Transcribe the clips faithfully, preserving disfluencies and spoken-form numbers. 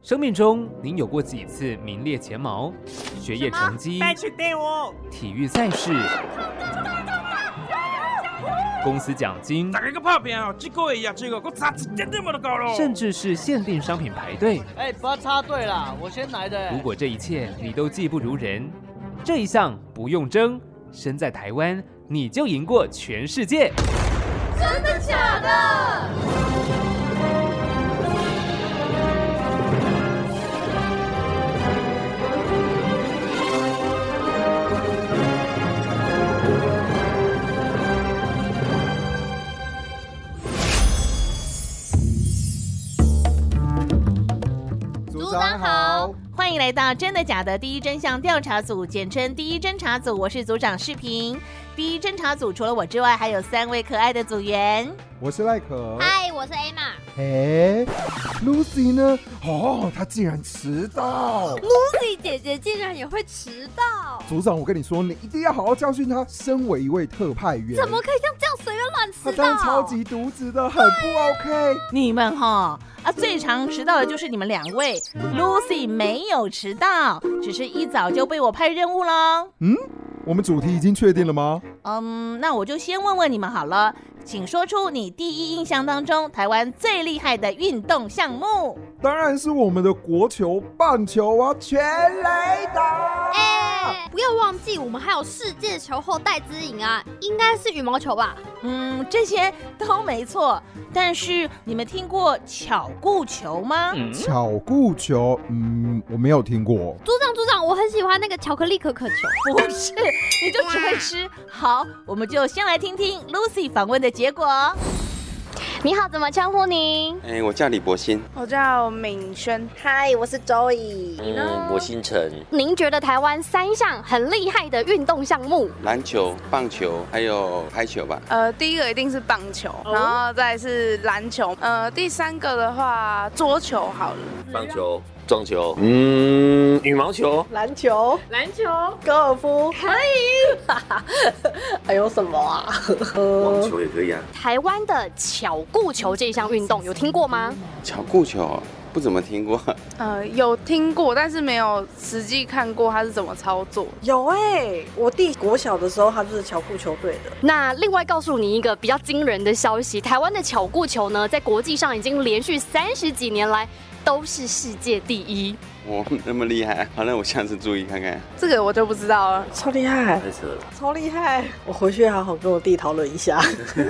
生命中，您有过几次名列前茅？学业成绩、体育赛事、公司奖金，甚至是限定商品排队。 哎，不要插队啦，我先来的。 如果这一切你都技不如人，这一项不用争，身在台湾你就赢过全世界。 真的假的？ 组长好， 欢迎来到真的假的第一真相调查组，简称第一侦查组。我是组长世平。第一侦查组除了我之外，还有三位可爱的组员。 我是赖可。 嗨，我是 Emma。 哎 ，Lucy 呢？哦，她竟然迟到。 Lucy 姐姐竟然也会迟到。 组长，我跟你说，你一定要好好教训她。身为一位特派员， 怎么可以像这样随便乱迟到？ 她这样超级渎职的，很不 OK。 你们哈啊，最常迟到的就是你们两位。Lucy 没有迟到，只是一早就被我派任务了。 嗯，我们主题已经确定了吗？ 嗯，那我就先问问你们好了，请说出你第一印象当中台湾最厉害的运动项目。 当然是我们的国球棒球啊，全垒打！ 哎，不要忘记我们还有世界球后戴资颖啊，应该是羽毛球吧？ 嗯，这些都没错。但是你们听过巧固球吗？ 嗯、巧固球，嗯，我没有听过。 组长，组长，我很喜欢那个巧克力可可球。 不是，你就只会吃。好，我们就先来听听 Lucy 访问的结果。 你好，怎么称呼您？ 哎、欸，我叫李博欣。 我叫敏轩。 嗨，我是周怡。 你呢？嗯，我姓陈。 您觉得台湾三项很厉害的运动项目？ 篮球、棒球，还有排球吧。 呃，第一个一定是棒球，哦、然后再是篮球。呃，第三个的话，桌球好了。 棒球。撞球，嗯，羽毛球， 篮球， 篮球， 高尔夫，可以。还有什么啊？ 网球也可以啊。 台湾的巧固球这项运动有听过吗？ 巧固球不怎么听过。 呃，有听过，但是没有实际看过它是怎么操作。 有哎、欸，我弟国小的时候他就是巧固球队的。 那另外告诉你一个比较惊人的消息，台湾的巧固球呢，在国际上已经连续三十几年来都是世界第一。 哦，那么厉害，好，那我下次注意看看。 这个我就不知道了， 超厉害， 太扯了， 超厉害！我回去好好跟我弟讨论一下。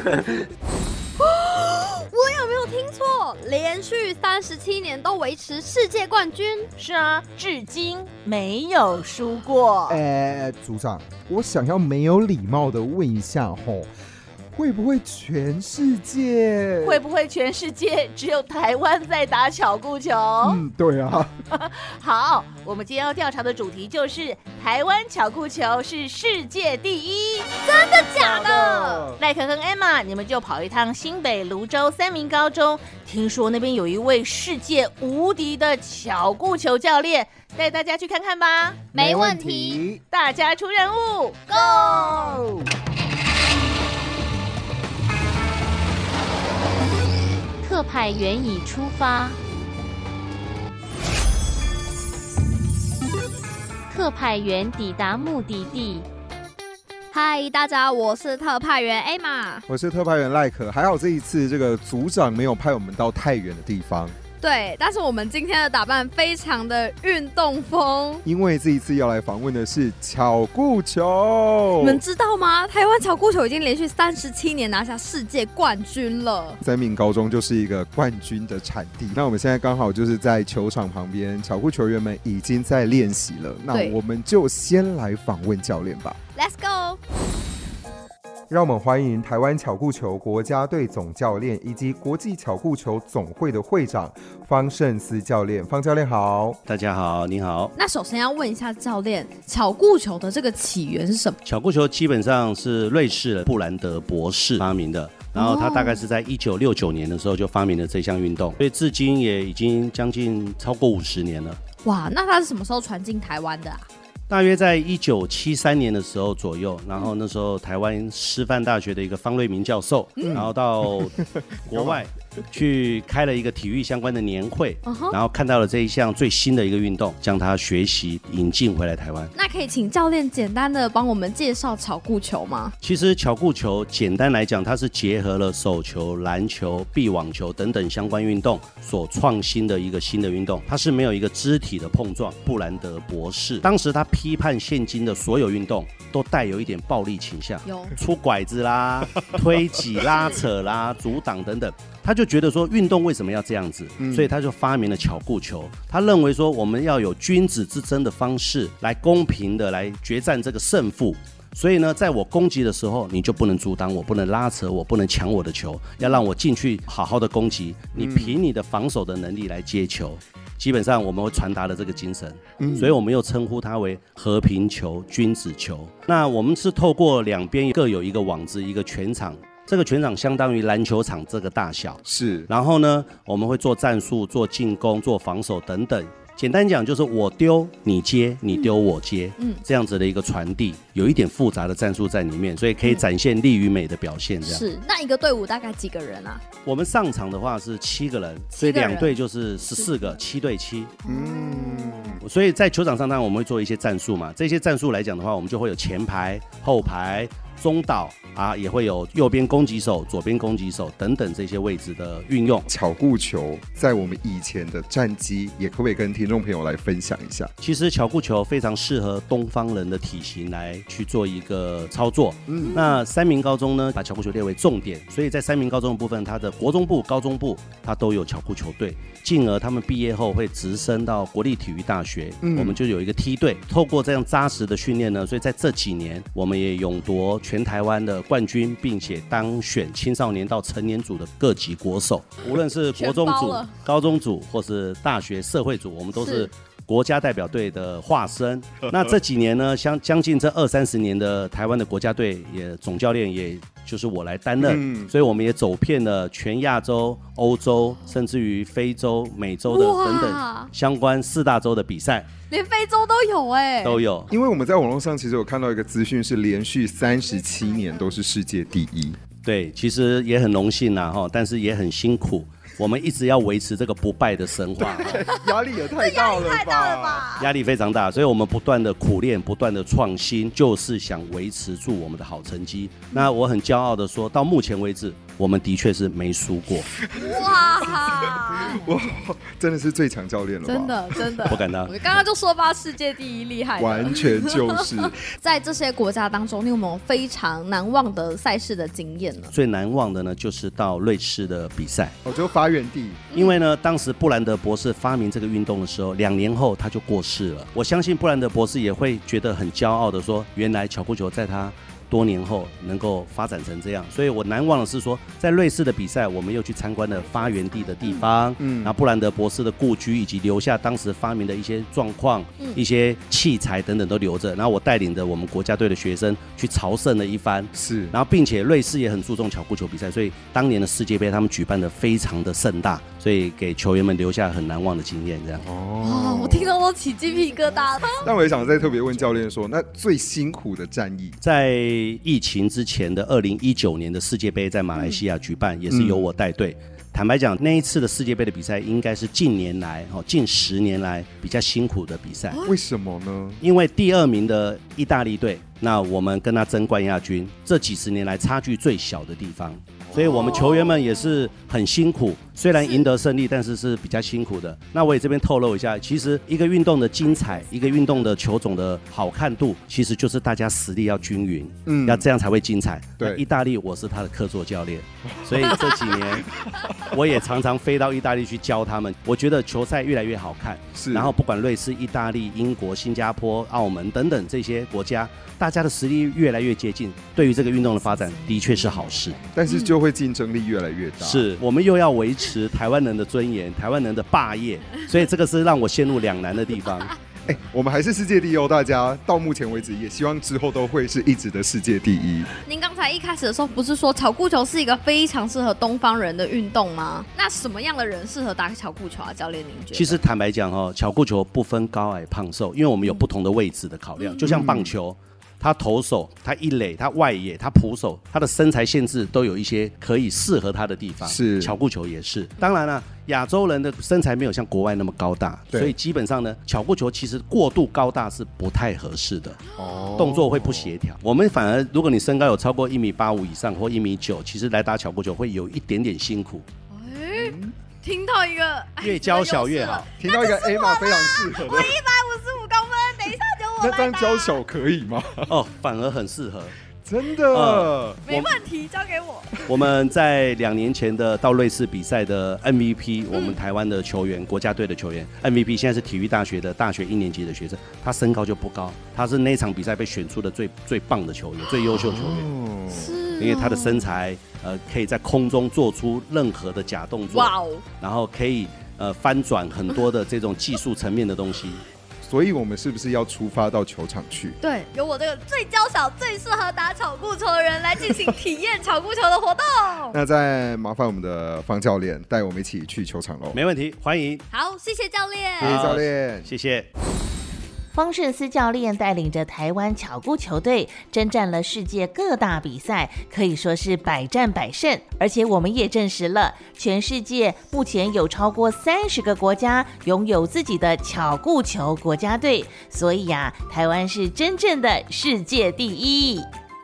我有没有听错？连续三十七年都维持世界冠军。 是啊，至今没有输过。 哎，组长，我想要没有礼貌的问一下吼。会不会全世界？ 会不会全世界只有台湾在打巧固球？ 嗯，对啊。 好，我们今天要调查的主题就是台湾巧固球是世界第一， 真的假的？ 赖可跟 Emma， 你们就跑一趟新北芦洲三民高中，听说那边有一位世界无敌的巧固球教练，带大家去看看吧。 没问题， 大家出任务 ，Go！特派员已出发。特派员抵达目的地。嗨，大家，我是特派员 Emma。 我是特派员赖可。还好这一次这个组长没有派我们到太远的地方。 对，但是我们今天的打扮非常的运动风， 因为这一次要来访问的是巧固球。 你们知道吗？台湾巧固球已经连续三十七年拿下世界冠军了。 三民高中就是一个冠军的产地。那我们现在刚好就是在球场旁边，巧固球员们已经在练习了。那我们就先来访问教练吧。 Let's go。 让我们欢迎台湾巧固球国家队总教练以及国际巧固球总会的会长方胜思教练。方教练好。 大家好，你好。 那首先要问一下教练，巧固球的这个起源是什么？ 巧固球基本上是瑞士的布兰德博士发明的，然后他大概是在一九六九年的时候就发明了这项运动，所以至今也已经将近超过五十年了。 哇，那他是什么时候传进台湾的啊？ 大约在一九七三年的时候左右，然后那时候台湾师范大学的一个方瑞明教授，嗯、然后到国外去开了一个体育相关的年会， uh-huh. 然后看到了这一项最新的一个运动，将它学习引进回来台湾。 那可以请教练简单的帮我们介绍巧固球吗？ 其实巧固球简单来讲，它是结合了手球、篮球、臂网球等等相关运动所创新的一个新的运动，它是没有一个肢体的碰撞。布兰德博士当时他批判现今的所有运动都带有一点暴力倾向， 有出拐子啦、推挤、拉扯啦、阻挡等等。他就觉得说运动为什么要这样子，嗯、所以他就发明了巧固球。他认为说我们要有君子之争的方式来公平的来决战这个胜负。所以呢，在我攻击的时候，你就不能阻挡我，不能拉扯我，不能抢我的球，要让我进去好好的攻击。你凭你的防守的能力来接球。基本上我们会传达了这个精神，嗯、所以我们又称呼它为和平球、君子球。那我们是透过两边各有一个网子，一个全场。这个全场相当于篮球场这个大小， 是。 然后呢，我们会做战术、做进攻、做防守等等。简单讲就是我丢你接，你丢我接，嗯，这样子的一个传递，有一点复杂的战术在里面，所以可以展现力与美的表现。这样是。那一个队伍大概几个人啊？ 我们上场的话是七个人，所以两队就是十四个，七对七。嗯。所以在球场上，当然我们会做一些战术嘛。这些战术来讲的话，我们就会有前排、后排、中岛啊，也会有右边攻击手、左边攻击手等等这些位置的运用。 巧固球在我们以前的战绩，也可不可以跟听众朋友来分享一下？ 其实巧固球非常适合东方人的体型来去做一个操作。嗯，那三民高中呢，把巧固球列为重点，所以在三民高中的部分，它的国中部、高中部，它都有巧固球队。进而他们毕业后会直升到国立体育大学，嗯、我们就有一个梯队。透过这样扎实的训练呢，所以在这几年，我们也勇夺全台湾的冠军，并且当选青少年到成年组的各级国手。无论是国中组、高中组，或是大学社会组，我们都是国家代表队的化身。那这几年呢，将将近这二三十年的台湾的国家队，也总教练也就是我来担任，嗯、所以我们也走遍了全亚洲、欧洲，甚至于非洲、美洲的等等相关四大洲的比赛。 连非洲都有哎、欸， 都有。 因为我们在网络上其实有看到一个资讯，是连续三十七年都是世界第一。 对，其实也很荣幸啦哈，但是也很辛苦。我们一直要维持这个不败的神话， 压力也太大了吧？ 太大了吧？ 压力非常大，所以我们不断的苦练，不断的创新，就是想维持住我们的好成绩。那我很骄傲的说，到目前为止，我们的确是没输过。 哇， 哇，真的是最强教练了吧？ 真的真的不敢当。 我刚刚就说吧，世界第一厉害的， 完全就是。 在这些国家当中，你有没有非常难忘的赛事的经验呢？ 最难忘的呢，就是到瑞士的比赛。 我就发源地， 因为呢，当时布兰德博士发明这个运动的时候，两年后他就过世了。我相信布兰德博士也会觉得很骄傲的说，原来巧固球在他多年后能够发展成这样。所以我难忘的是说，在瑞士的比赛，我们又去参观了发源地的地方，嗯，然后布兰德博士的故居，以及留下当时发明的一些状况、嗯、一些器材等等都留着。然后我带领着我们国家队的学生去朝圣了一番， 是。然后并且瑞士也很注重巧固球比赛，所以当年的世界杯他们举办的非常的盛大，所以给球员们留下很难忘的经验。这样哦，我听到都起鸡皮疙瘩了。 但我也想再特别问教练说，那最辛苦的战役在疫情之前的二零一九年的世界杯在马来西亚举办，嗯、也是由我带队。坦白讲，那一次的世界杯的比赛应该是近年来、哦、近十年来比较辛苦的比赛。 为什么呢？ 因为第二名的意大利队，那我们跟他争冠亚军，这几十年来差距最小的地方。所以我们球员们也是很辛苦，虽然赢得胜利，但是是比较辛苦的。那我也这边透露一下，其实一个运动的精彩，一个运动的球种的好看度，其实就是大家实力要均匀，嗯，要这样才会精彩。对，意大利我是他的客座教练，所以这几年我也常常飞到意大利去教他们。我觉得球赛越来越好看，是。然后不管瑞士、意大利、英国、新加坡、澳门等等这些国家，大家的实力越来越接近，对于这个运动的发展的确是好事。 但是就会竞争力越来越大， 是我们又要维持台湾人的尊严，台湾人的霸业，所以这个是让我陷入两难的地方。 哎，我们还是世界第一哦，大家到目前为止也希望之后都会是一直的世界第一。 您刚才一开始的时候不是说巧固球是一个非常适合东方人的运动吗？那什么样的人适合打巧固球啊？教练您觉得？ 其实坦白讲哦，巧固球不分高矮胖瘦，因为我们有不同的位置的考量，嗯、就像棒球。 他投手、他一垒、他外野、他捕手，他的身材限制都有一些可以适合他的地方。 是巧固球也是。当然了，亚洲人的身材没有像国外那么高大，所以基本上呢，巧固球其实过度高大是不太合适的，哦，动作会不协调。我们反而，如果你身高有超过一米八五以上或一米九，其实来打巧固球会有一点点辛苦。 哎，听到一个越娇小越好， 听到一个 Emma 非常适合的。 我一百五十五公分，等一下就我来打。 那这样娇小可以吗？ 哦，反而很适合。 真的、呃、 没问题，交给我。 我们在两年前的到瑞士比赛的 M V P，、嗯、我们台湾的球员，国家队的球员 M V P， 现在是体育大学的大学一年级的学生，他身高就不高，他是那场比赛被选出的最最棒的球员，最优秀球员。哦，是、哦，因为他的身材，呃，可以在空中做出任何的假动作，哇哦，然后可以呃翻转很多的这种技术层面的东西。 所以我们是不是要出发到球场去？ 对，由我这个最娇小、最适合打巧固球的人来进行体验巧固球的活动。 那再麻烦我们的方教练带我们一起去球场喽。 没问题，欢迎。 好，谢谢教练。 谢谢教练， 谢谢。 方胜思教练带领着台湾巧固球队征战了世界各大比赛，可以说是百战百胜。而且我们也证实了，全世界目前有超过三十个国家拥有自己的巧固球国家队，所以呀、啊，台湾是真正的世界第一。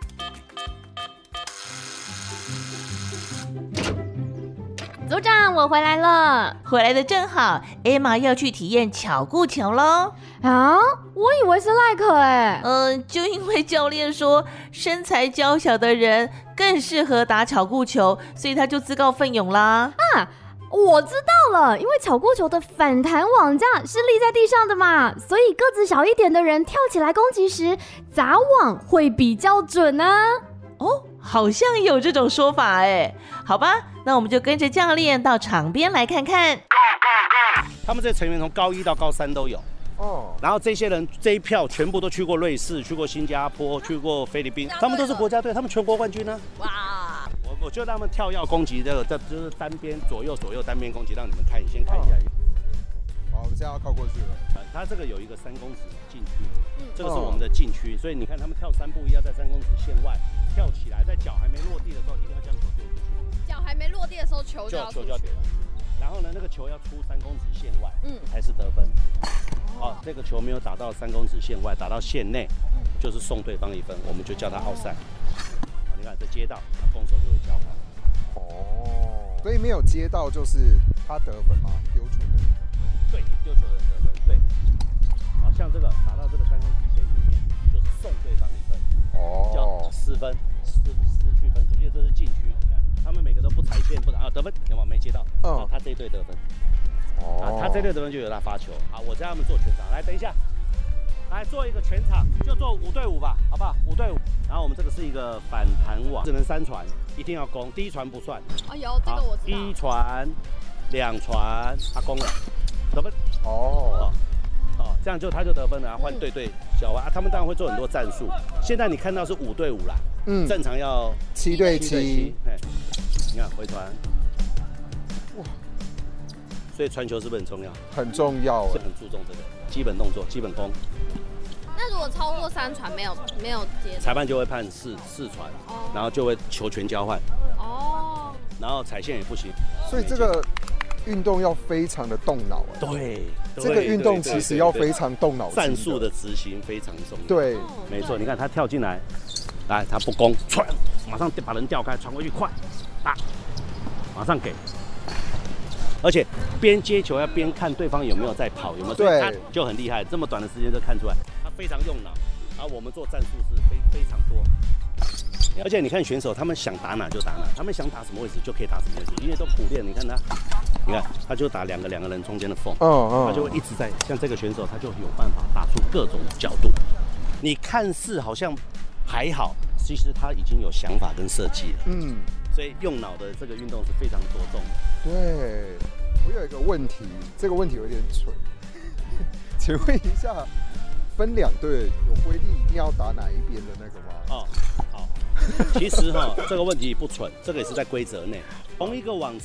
组长，我回来了， 回来的正好 ，Emma 要去体验巧固球喽。 啊，我以为是赖可哎。 嗯、呃，就因为教练说身材娇小的人更适合打巧固球，所以他就自告奋勇啦。 啊，我知道了，因为巧固球的反弹网架是立在地上的嘛，所以个子小一点的人跳起来攻击时，砸网会比较准啊。 哦，好像有这种说法哎。好吧，那我们就跟着教练到场边来看看。 他们这成员从高一到高三都有。哦，然后这些人这一票全部都去过瑞士，去过新加坡，去过菲律宾，他们都是国家队，他们全国冠军呢。哇！我我就让他们跳跃攻击，这个这就是单边左右左右单边攻击，让你们看，你先看一下。 好，我们现在要靠过去了。 它这个有一个三公尺禁区，这个是我们的禁区，所以你看他们跳三步一要在三公尺线外跳起来，在脚还没落地的时候一定要将球丢出去。 脚还没落地的时候球就要球就要丢了。然后呢，那个球要出三公尺线外，嗯，才是得分。哦，这个球没有打到三公尺线外，打到线内，嗯、就是送对方一分，我们就叫他奥赛。哦，你看这接到，他攻守就会交换。 哦，所以没有接到就是他得分吗？丢球的人得分。 对，丢球的人得分。对。啊，像这个打到这个三公尺线里面，就是送对方一分。哦。叫失分，失失去分数，因为这是禁区。你看，他们每个都不踩线，不打啊得分，有没有没接到？嗯。哦，他这一队得分。哦。啊，他这队得分就由他发球。好，我叫他们做全场。来，等一下。来做一个全场，就做五对五吧，好不好？五对五。然后我们这个是一个反弹网，只能三传，一定要攻，第一传不算。 哦，有这个我知道。 第一传、两传，他攻了，得分。 哦。 哦，这样就他就得分了，换对对小花、啊。他们当然会做很多战术。现在你看到是五对五啦，嗯，正常要七对七。 哎，你看回传。哇。所以传球是不是很重要？ 很重要， 是很注重这个基本动作、基本功。 那如果超过三传没有没有接， 裁判就会判四四传，哦、然后就会球权交换。哦。然后踩线也不行。 所以这个运动要非常的动脑。 对。 这个运动其实要非常动脑， 战术的执行非常重要。 对， 没错。你看他跳进来，来他不攻，传，马上把人调开，传回去，快，打，马上给。而且边接球要边看对方有没有在跑，有没有，对，他就很厉害，这么短的时间就看出来，他非常用脑。然后我们做战术是非非常多，而且你看选手他们想打哪就打哪，他们想打什么位置就可以打什么位置，因为都苦练。你看他，你看他就打两个两个人中间的缝，哦哦，他就会一直在像这个选手，他就有办法打出各种角度。你看似好像还好，其实他已经有想法跟设计了。嗯。所以用脑的这个运动是非常着重的。 对，我有一个问题，这个问题有点蠢，请问一下，分两队有规定一定要打哪一边的那个吗？哦， 好，其实哈这个问题不蠢，这个也是在规则内。同一个网子，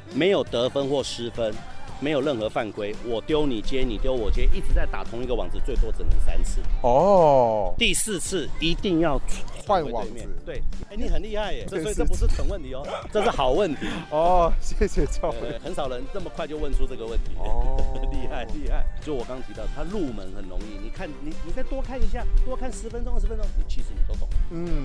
没有得分或失分，没有任何犯规，我丢你接，你丢我接，一直在打同一个网子，最多只能三次。 哦， 第四次一定要换网子。 对，哎，你很厉害耶，这所以这不是蠢问题哦，这是好问题。 哦，谢谢教练。 很少人这么快就问出这个问题。 哦， 厉害厉害。就我刚刚提到，它入门很容易，你看你你再多看一下，多看十分钟二十分钟，你其实你都懂。 嗯。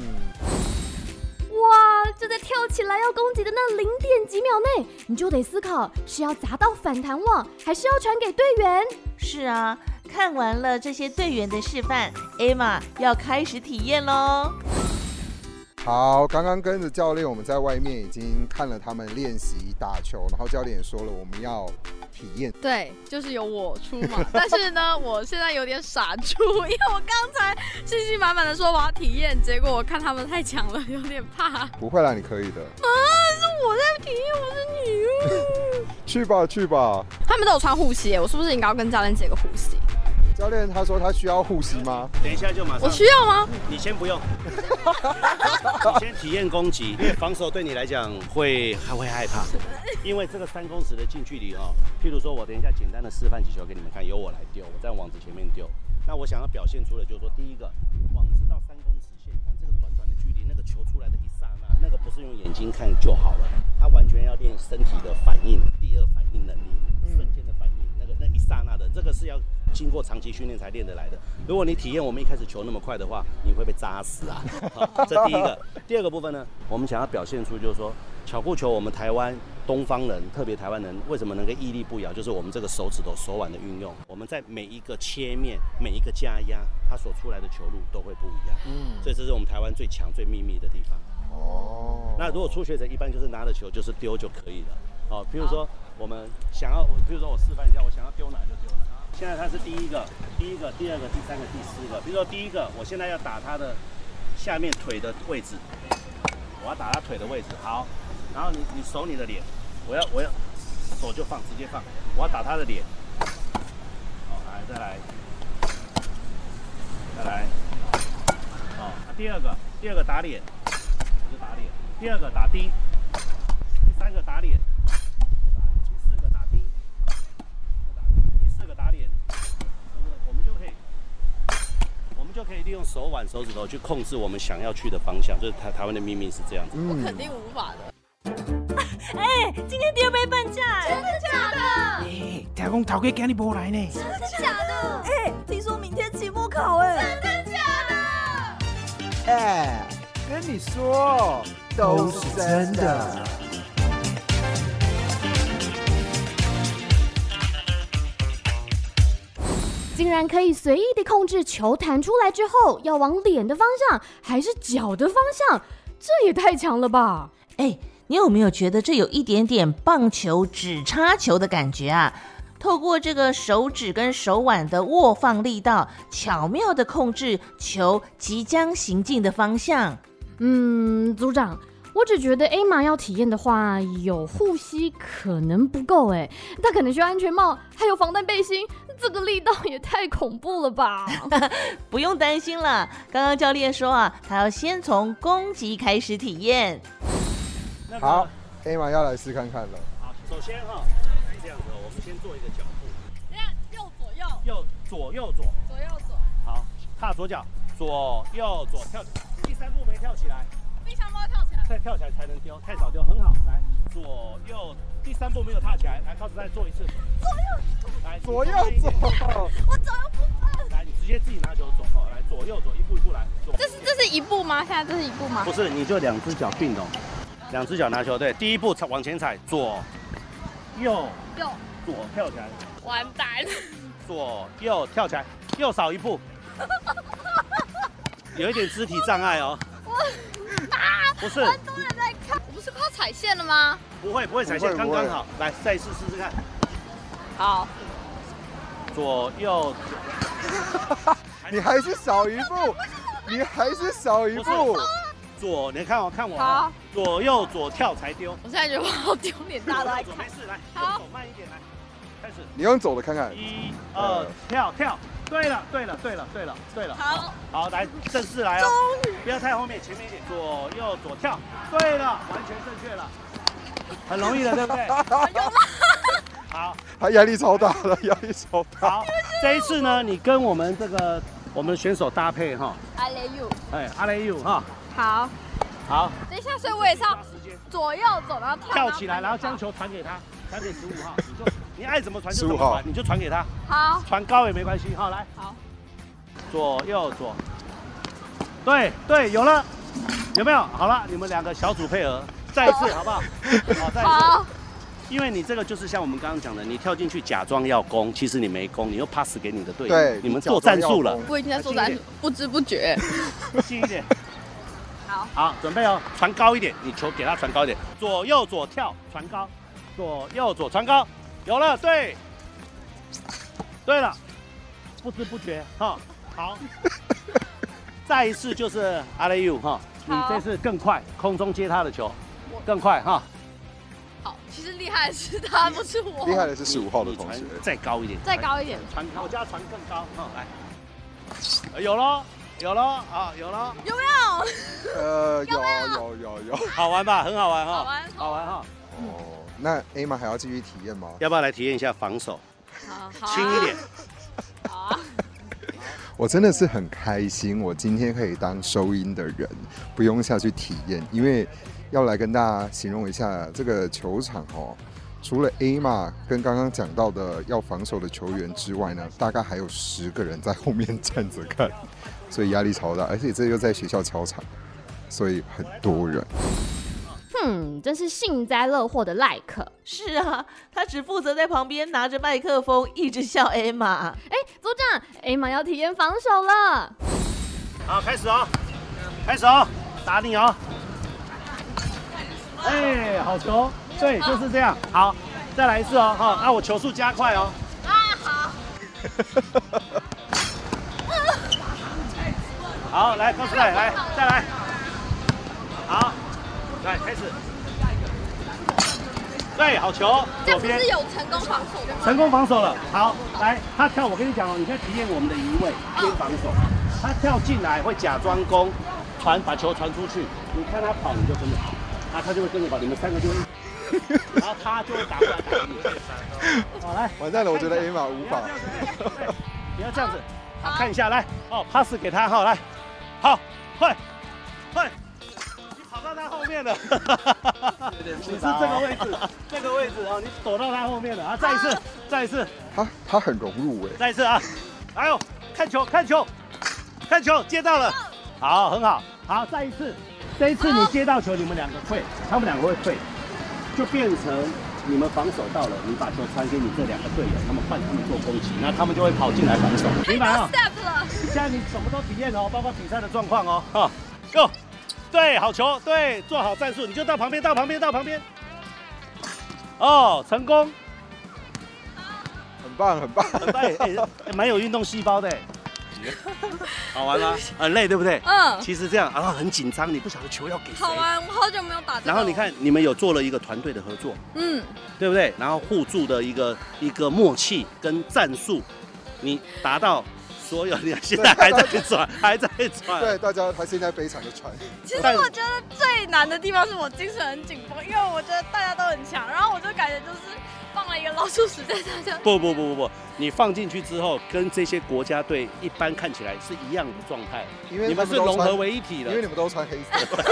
哇，就在跳起来要攻击的那零点几秒内，你就得思考是要砸到反弹网，还是要传给队员。 是啊，看完了这些队员的示范 ，Emma 要开始体验喽。 好，刚刚跟着教练，我们在外面已经看了他们练习打球，然后教练也说了我们要体验。 对，就是由我出嘛。但是呢，我现在有点傻住，因为我刚才信心满满的说我要体验，结果我看他们太强了，有点怕。 不会啦，你可以的。 啊，是我在体验，我是你。 去吧，去吧。 他们都有穿护膝，我是不是应该要跟教练借个护膝？ 教练他说他需要护膝吗？ 等一下就马上。 我需要吗？ 你先不用，你先体验攻击，因为防守对你来讲会还会害怕，因为这个三公尺的近距离哦，譬如说我等一下简单的示范几球给你们看，由我来丢，我在网子前面丢。那我想要表现出的就是说，第一个网子到三公尺线，你看这个短短的距离，那个球出来的一刹那，那个不是用眼睛看就好了，它完全要练身体的反应，第二反应能力，瞬间的反应，那个那一刹那的，这个是要经过长期训练才练得来的。如果你体验我们一开始球那么快的话，你会被扎死啊！好，这第一个。第二个部分呢，我们想要表现出就是说，巧固球我们台湾东方人，特别台湾人为什么能够屹立不摇，就是我们这个手指头手腕的运用，我们在每一个切面、每一个加压，它所出来的球路都会不一样。嗯，所以这是我们台湾最强、最秘密的地方。哦。那如果初学者一般就是拿着球就是丢就可以了。哦，比如说我们想要，比如说我示范一下，我想要丢哪就丢哪。现在它是第一个、第一个、第二个、第三个、第四个。比如说第一个，我现在要打它的下面腿的位置，我要打它腿的位置。好，然后你你手你的脸，我要我要手就放，直接放。我要打它的脸。好，来再来，再来。好，那第二个，第二个打脸，我就打脸。第二个打低，第三个打脸。就可以利用手腕、手指头去控制我们想要去的方向，就是台台湾的秘密是这样子。 我肯定无法的。 哎、欸，今天第二杯半价， 真的假的？ 哎、欸，听讲头家今日没来呢。 真的假的？ 哎、欸，听说明天期末考哎。 真的假的？ 哎、欸，跟你说，都是真的。 竟然可以随意地控制球弹出来之后要往脸的方向还是脚的方向，这也太强了吧！ 哎，你有没有觉得这有一点点棒球指叉球的感觉啊？透过这个手指跟手腕的握放力道，巧妙地控制球即将行进的方向。 嗯，组长，我只觉得 Emma 要体验的话，有护膝可能不够哎，她可能需要安全帽，还有防弹背心，这个力道也太恐怖了吧！ 不用担心了，刚刚教练说啊，他要先从攻击开始体验。 好 ，Emma 要来试看看了。 好，首先哈是这样子，我们先做一个脚步， 等下右左右， 右左右左， 左右左。 好，踏左脚，左右左跳，第三步没跳起来。 冰箱猫跳起来， 再跳起来才能丢，太早丢，很好。来，左右，第三步没有踏起来，来，靠着再做一次。 左右， 来， 左右左， 我左右不分。 来，你直接自己拿球走，来，左右左，一步一步来。 这是这是一步吗？现在这是一步吗？ 不是，你就两只脚并拢，两只脚拿球，对，第一步往前踩，左右右左跳起来， 完蛋， 左右跳起来，右少一步，有一点肢体障碍哦。 啊！ 不是， 很多人在看，我不是快要踩线了吗？ 不会，不会踩线，刚刚好。来，再一次试试看。 好， 左右。 你还是少一步，你还是少一步。 左，你看我，看我。 好。 左右左跳才丢。 我现在觉得我好丢脸，大家都在看。 没事，来， 好， 走慢一点，来，开始。 你用走的看看。 一、二，跳跳。对了，对了，对了，对了，对了。 好， 好，来，正式来哦。不要太后面，前面一点。左右左跳。对了，完全正确了。 很容易的，对不对？ 有吗？ 好， 他压力超大了，压力超大。 好，这一次呢，你跟我们这个我们的选手搭配哈。 I love you。 哎 ，I love you 哈。 好。 好。 等一下，所以我也是要左右走，然后跳。 跳起来，然后将球传给他，传给十五号，你就你爱怎么传就怎么传，你就传给他。 好。 传高也没关系，好来。 好。 左右左。对对，有了，有没有？好了，你们两个小组配合，再一次好不好？好，再一次。好。因为你这个就是像我们刚刚讲的，你跳进去假装要攻，其实你没攻，你又 pass 给你的队友， 对， 你们做战术了。 不一定在做战术，不知不觉。 近一点。 好。 好，准备哦，传高一点，你球给他传高一点，左右左跳，传高，左右左传高，有了，对。对了，不知不觉哈，好。再一次就是阿雷 you 哈，你这次更快，空中接他的球，更快哈。 好，其实厉害的是他，不是我。 厉害的是十五号的同学， 再高一点， 再高一点， 传我叫他传更高哈，来，有咯，有咯，啊，有咯， 有没有？ 呃，有有有有， 好玩吧？很好玩哈， 好玩， 好玩哈。 哦，那 A 玛还要继续体验吗？ 要不要来体验一下防守？ 好，好， 轻一点。 好啊。 我真的是很开心，我今天可以当收音的人，不用下去体验，因为要来跟大家形容一下这个球场哦。除了 A 玛跟刚刚讲到的要防守的球员之外呢，大概还有十个人在后面站着看，所以压力超大，而且这又在学校操场，所以很多人。 哼，真是幸灾乐祸的赖可。 是啊，他只负责在旁边拿着麦克风一直笑 A 玛。 哎，组长 ，A 玛要体验防守了。 好，开始哦，开始哦，打你哦。哎，好球，对，就是这样。好，再来一次哦，哈，那我球速加快哦。 啊，好。 好，来，高斯泰，来，再来。好。来，开始。对，好球， 这不是有成功防守的吗？ 成功防守了。好，来，他跳，我跟你讲哦，你现在体验我们的移位边防守。他跳进来会假装攻，传把球传出去，你看他跑，你就跟着跑，啊，他就会跟着跑，你们三个就会，然后他就会打过来打你。好，来， 完蛋了，我觉得 A 玛无法。 不要这样子，好，看一下，来，哦 ，pass 给他，好，来，好，快，快。跑到他后面了，你是这个位置，这个位置哦，你躲到他后面了啊！再一次，再一次， 他他很融入哎， 再一次啊！哎呦，看球，看球，看球，接到了，好，很好，好，再一次，这一次你接到球，你们两个退，他们两个会退，就变成你们防守到了，你把球传给你这两个队友，他们换他们做攻击，那他们就会跑进来防守，明白啊？现在你什么都体验哦，包括比赛的状况哦，哈 ，Go。对，好球，对，做好战术，你就到旁边，到旁边，到旁边。哦，成功， 很棒，很棒， 很棒，哎，蛮有运动细胞的，好玩吗？很累，对不对？ 嗯。 其实这样，然后很紧张，你不晓得球要给谁。 好玩，我好久没有打这个。 然后你看，你们有做了一个团队的合作， 嗯， 对不对？然后互助的一个一个默契跟战术，你达到。所有，你现在还在传，还在传。 对，大家他现在非常的传。 其实我觉得最难的地方是我精神很紧绷，因为我觉得大家都很强，然后我就感觉就是放了一个老鼠屎在大家。 不不不不不，你放进去之后，跟这些国家队一般看起来是一样的状态， 因为你们是融合为一体的， 因为你们都穿黑色。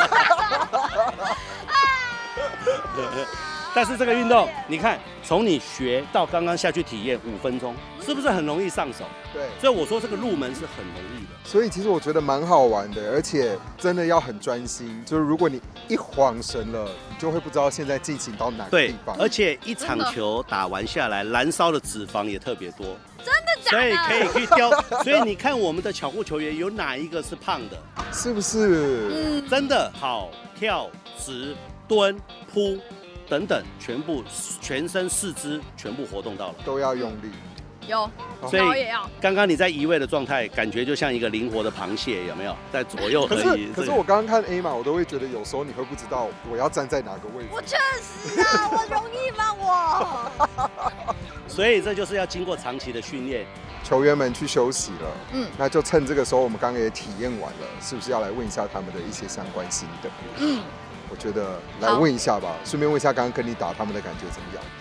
但是这个运动，你看，从你学到刚刚下去体验五分钟，是不是很容易上手？ 对， 所以我说这个入门是很容易的。 所以其实我觉得蛮好玩的，而且真的要很专心。就是如果你一晃神了，你就会不知道现在进行到哪个地方。 对，而且一场球打完下来，燃烧的脂肪也特别多。 真的假的？ 所以可以去雕。所以你看我们的巧固球员有哪一个是胖的？ 是不是？ 嗯， 真的跑、跳、直、蹲、扑。等等，全部全身四肢全部活动到了， 都要用力。 有， 所以刚刚你在移位的状态，感觉就像一个灵活的螃蟹，有没有？在左右合一。 可是可是我刚刚看 A 玛，我都会觉得有时候你会不知道我要站在哪个位置。 我确实啊，我容易吗我？ 所以这就是要经过长期的训练。 球员们去休息了， 嗯， 那就趁这个时候，我们刚刚也体验完了，是不是要来问一下他们的一些相关心得？ 嗯。 我觉得来问一下吧，顺便问一下刚刚跟你打他们的感觉怎么样？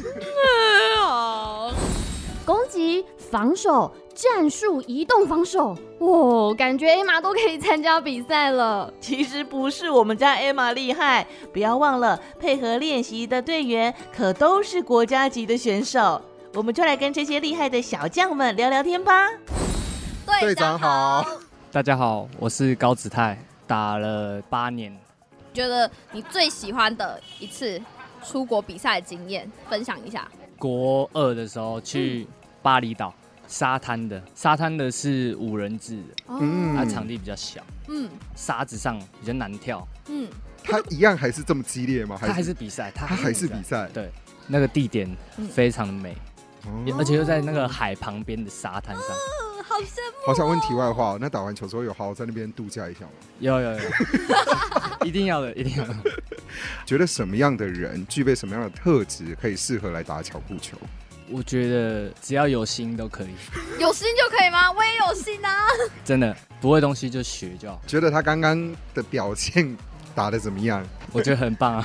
好，攻击、防守、战术、移动防守，哦，感觉 Emma 都可以参加比赛了。 其实不是我们家 Emma 厉害，不要忘了配合练习的队员可都是国家级的选手。我们就来跟这些厉害的小将们聊聊天吧。 队长好， 大家好，我是高子泰，打了八年。 觉得你最喜欢的一次出国比赛经验，分享一下。 国二的时候去巴厘岛，沙滩的，沙滩的是五人制的，嗯，它场地比较小，嗯，沙子上比较难跳， 嗯，它一样还是这么激烈吗？ 它还是比赛， 它还是比赛， 对，那个地点非常的美，而且又在那个海旁边的沙滩上。 好羡慕！ 好想问题外话，那打完球之后有好好在那边度假一下吗？ 有有有，一定要的，一定要的。 觉得什么样的人具备什么样的特质可以适合来打巧固球？ 我觉得只要有心都可以。 有心就可以吗？我也有心啊！ 真的，不会东西就学就好。 觉得他刚刚的表现打得怎么样？ 我觉得很棒啊。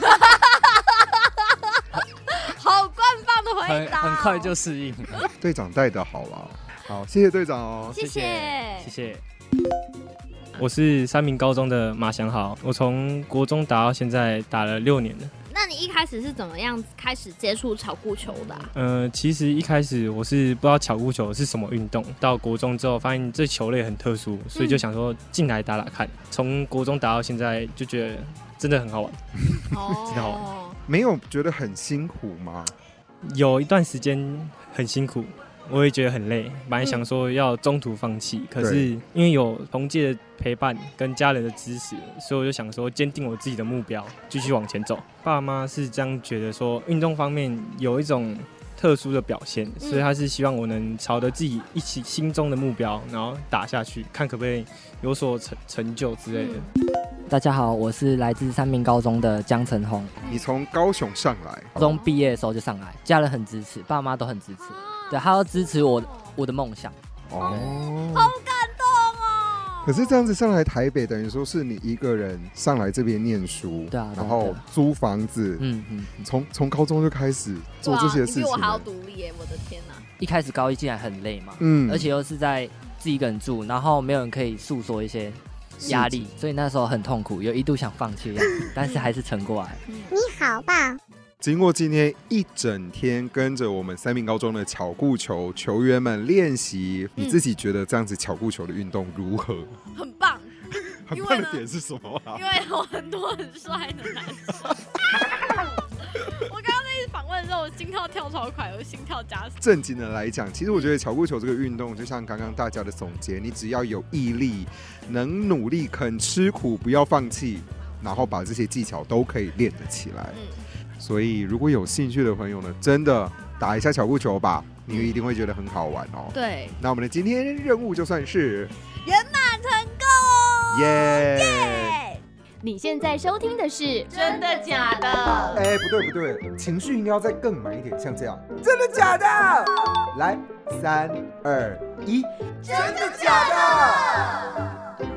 好官方的回答、 很，很快就适应。 队长带得好啊。好，谢谢队长哦， 谢谢， 谢谢。 我是三民高中的马祥豪，我从国中打到现在打了六年了。 那你一开始是怎么样开始接触巧固球的、啊？ 呃，其实一开始我是不知道巧固球是什么运动，到国中之后发现这球类很特殊，所以就想说进来打打看。从、嗯、国中打到现在，就觉得真的很好玩，哦、真的好玩。 没有觉得很辛苦吗？ 有一段时间很辛苦。我也觉得很累，本来想说要中途放弃、嗯，可是因为有同届的陪伴跟家人的支持，所以我就想说坚定我自己的目标，继续往前走。爸妈是这样觉得说，运动方面有一种特殊的表现，所以他是希望我能朝着自己一起心中的目标，然后打下去，看可不可以有所成成就之类的。 嗯、大家好，我是来自三民高中的江承宏。 你从高雄上来， 高中毕业的时候就上来，家人很支持，爸妈都很支持。对，他要支持我我的梦想。 哦， 好感动哦！ 可是这样子上来台北，等于说是你一个人上来这边念书， 对啊， 然后租房子，嗯嗯，从从高中就开始做这些事情， 比我还要独立耶！我的天哪！ 一开始高一进来很累嘛，嗯，而且又是在自己一个人住，然后没有人可以诉说一些压力，所以那时候很痛苦，有一度想放弃的样子，但是还是撑过来。 你好棒！ 经过今天一整天跟着我们三民高中的巧固球球员们练习，你自己觉得这样子巧固球的运动如何？ 很棒。 很棒的点是什么啊？ 因为有很多很帅的男生。我刚刚那一访问的时候，我心跳跳超快，我心跳加速。 正经的来讲，其实我觉得巧固球这个运动，就像刚刚大家的总结，你只要有毅力，能努力，肯吃苦，不要放弃，然后把这些技巧都可以练得起来。嗯，所以如果有兴趣的朋友呢，真的打一下巧固球吧，你一定会觉得很好玩哦。 对， 那我们的今天任务就算是圆满成功， 耶、 yeah! 你现在收听的是真的假的？ 哎，不对不对，情绪应该要再更满一点，像这样，真的假的？来，三二一，真的假的？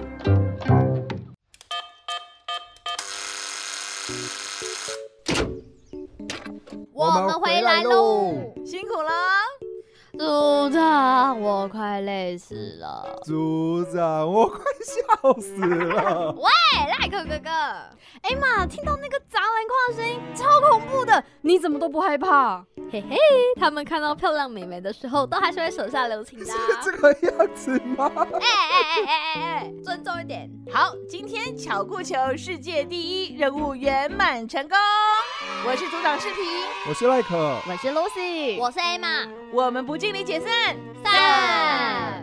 我们回来喽， 辛苦了， 组长，我快累死了。 组长，我快笑死了。 喂，赖克哥哥， 哎妈，听到那个砸篮筐的声音，超恐怖的，你怎么都不害怕？ 嘿嘿，他们看到漂亮美眉的时候，都还是会手下留情的、啊。 是这个样子吗？ 哎哎哎哎哎，尊重一点。 好，今天巧固球世界第一任务圆满成功。我是组长视频， 我是赖可， 我是 Lucy， 我是 Emma， 我们不敬礼解散， 散。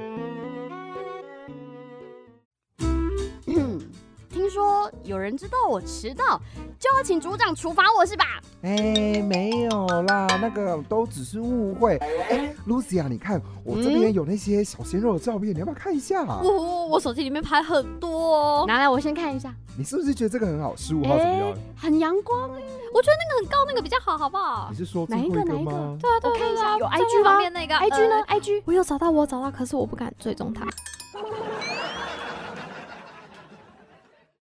听说有人知道我迟到，就要请组长处罚我是吧？ 哎，没有啦，那个都只是误会。哎 ，Lucy 啊，你看我这边有那些小鲜肉的照片，你要不要看一下？ 我我我手机里面拍很多哦，拿来我先看一下。 你是不是觉得这个很好？十五号怎么样？ 很阳光哎，我觉得那个很高那个比较好，好不好？ 你是说哪一个哪一个？对啊对啊， 我看一下， 有 I G 吗？ 旁边那个 I G 呢 ？I G 我有找到，我有找到，可是我不敢追踪他。